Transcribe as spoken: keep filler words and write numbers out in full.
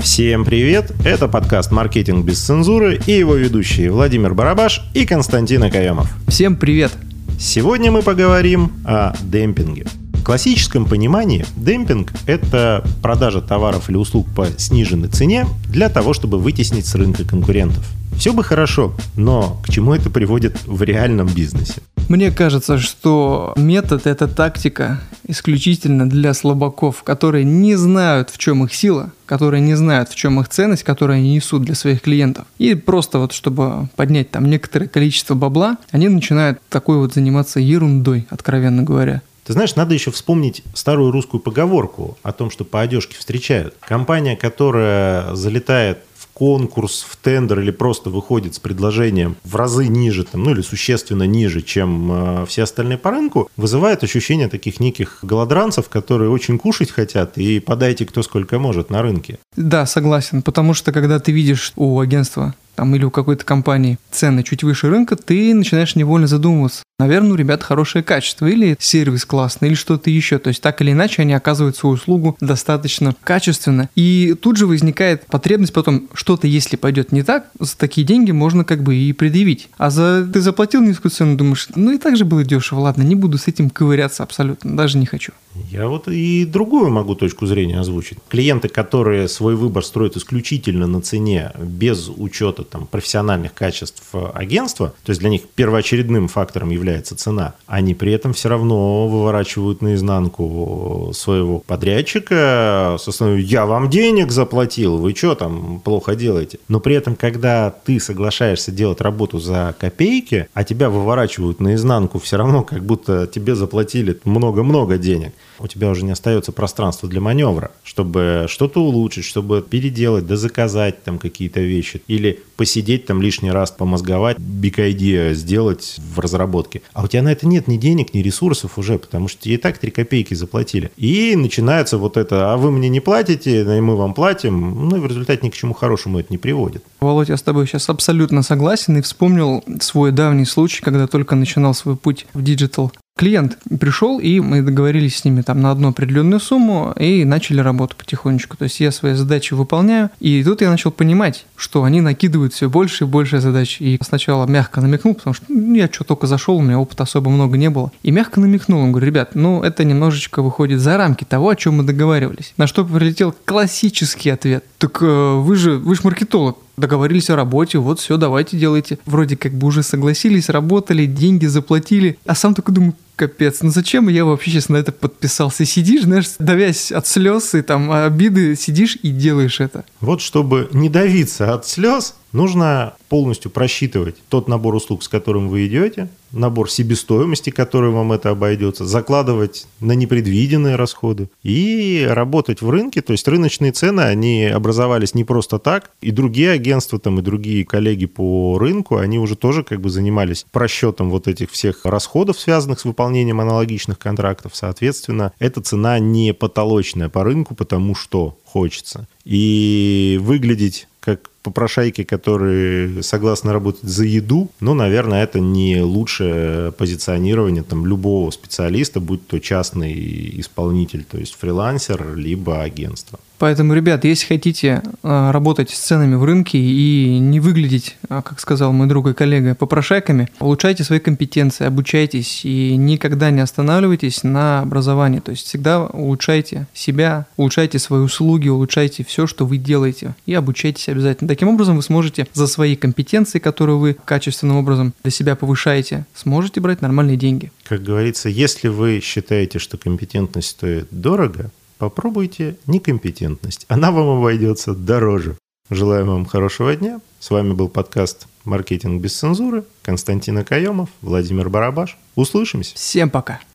Всем привет! Это подкаст «Маркетинг без цензуры» и его ведущие Владимир Барабаш и Константин Акаемов. Всем привет! Сегодня мы поговорим о демпинге. В классическом понимании демпинг – это продажа товаров или услуг по сниженной цене для того, чтобы вытеснить с рынка конкурентов. Все бы хорошо, но к чему это приводит в реальном бизнесе? Мне кажется, что метод – это тактика исключительно для слабаков, которые не знают, в чем их сила, которые не знают, в чем их ценность, которую они несут для своих клиентов. И просто вот, чтобы поднять там некоторое количество бабла, они начинают такой вот заниматься ерундой, откровенно говоря. Ты знаешь, надо еще вспомнить старую русскую поговорку о том, что по одежке встречают. Компания, которая залетает в конкурс, в тендер или просто выходит с предложением в разы ниже, там, ну или существенно ниже, чем э, все остальные по рынку, вызывает ощущение таких неких голодранцев, которые очень кушать хотят и подайте кто сколько может на рынке. Да, согласен, потому что когда ты видишь у агентства там, или у какой-то компании цены чуть выше рынка, ты начинаешь невольно задумываться. Наверное, у ребят хорошее качество, или сервис классный, или что-то еще. То есть так или иначе они оказывают свою услугу достаточно качественно. И тут же возникает потребность потом, что-то если пойдет не так, за такие деньги можно как бы и предъявить. А за ты заплатил низкую цену, думаешь, ну и так же было дешево, ладно, не буду с этим ковыряться абсолютно, даже не хочу. Я вот и другую могу точку зрения озвучить. Клиенты, которые свой выбор строят исключительно на цене, без учета там, профессиональных качеств агентства, то есть для них первоочередным фактором является цена, они при этом все равно выворачивают наизнанку своего подрядчика с основой «я вам денег заплатил, вы что там плохо делаете?». Но при этом, когда ты соглашаешься делать работу за копейки, а тебя выворачивают наизнанку все равно, как будто тебе заплатили много-много денег, у тебя уже не остается пространства для маневра, чтобы что-то улучшить, чтобы переделать, дозаказать там какие-то вещи или посидеть там лишний раз, помозговать, big idea сделать в разработке. А у тебя на это нет ни денег, ни ресурсов уже, потому что тебе и так три копейки заплатили. И начинается вот это, а вы мне не платите, и мы вам платим, ну и в результате ни к чему хорошему это не приводит. Володь, я с тобой сейчас абсолютно согласен и вспомнил свой давний случай, когда только начинал свой путь в диджитал. Клиент пришел, и мы договорились с ними там на одну определенную сумму и начали работу потихонечку. То есть я свои задачи выполняю, и тут я начал понимать, что они накидывают все больше и больше задач. И сначала мягко намекнул, потому что ну, я что только зашел, у меня опыта особо много не было. И мягко намекнул, он говорит, ребят, ну это немножечко выходит за рамки того, о чем мы договаривались. На что прилетел классический ответ. Так э, вы же, вы же маркетолог. Договорились о работе, вот все, давайте делайте. Вроде как бы уже согласились, работали, деньги заплатили. А сам только думаю, капец, ну зачем я вообще сейчас на это подписался? Сидишь, знаешь, давясь от слез и там обиды, сидишь и делаешь это. Вот чтобы не давиться от слез, нужно полностью просчитывать тот набор услуг, с которым вы идете, набор себестоимости, который вам это обойдется, закладывать на непредвиденные расходы и работать в рынке. То есть рыночные цены, они образовались не просто так, и другие агентства там, и другие коллеги по рынку, они уже тоже как бы занимались просчетом вот этих всех расходов, связанных с выполнением аналогичных контрактов. Соответственно, эта цена не потолочная по рынку, потому что хочется. И выглядеть как попрошайки, которые согласны работать за еду, ну, наверное, это не лучшее позиционирование там, любого специалиста, будь то частный исполнитель, то есть фрилансер, либо агентство. Поэтому, ребят, если хотите э, работать с ценами в рынке и не выглядеть, э, как сказал мой друг и коллега, попрошайками, улучшайте свои компетенции, обучайтесь и никогда не останавливайтесь на образовании. То есть всегда улучшайте себя, улучшайте свои услуги, улучшайте все, что вы делаете, и обучайтесь обязательно. Таким образом вы сможете за свои компетенции, которые вы качественным образом для себя повышаете, сможете брать нормальные деньги. Как говорится, если вы считаете, что компетентность стоит дорого, попробуйте некомпетентность. Она вам обойдется дороже. Желаю вам хорошего дня. С вами был подкаст «Маркетинг без цензуры». Константин Акаемов, Владимир Барабаш. Услышимся. Всем пока.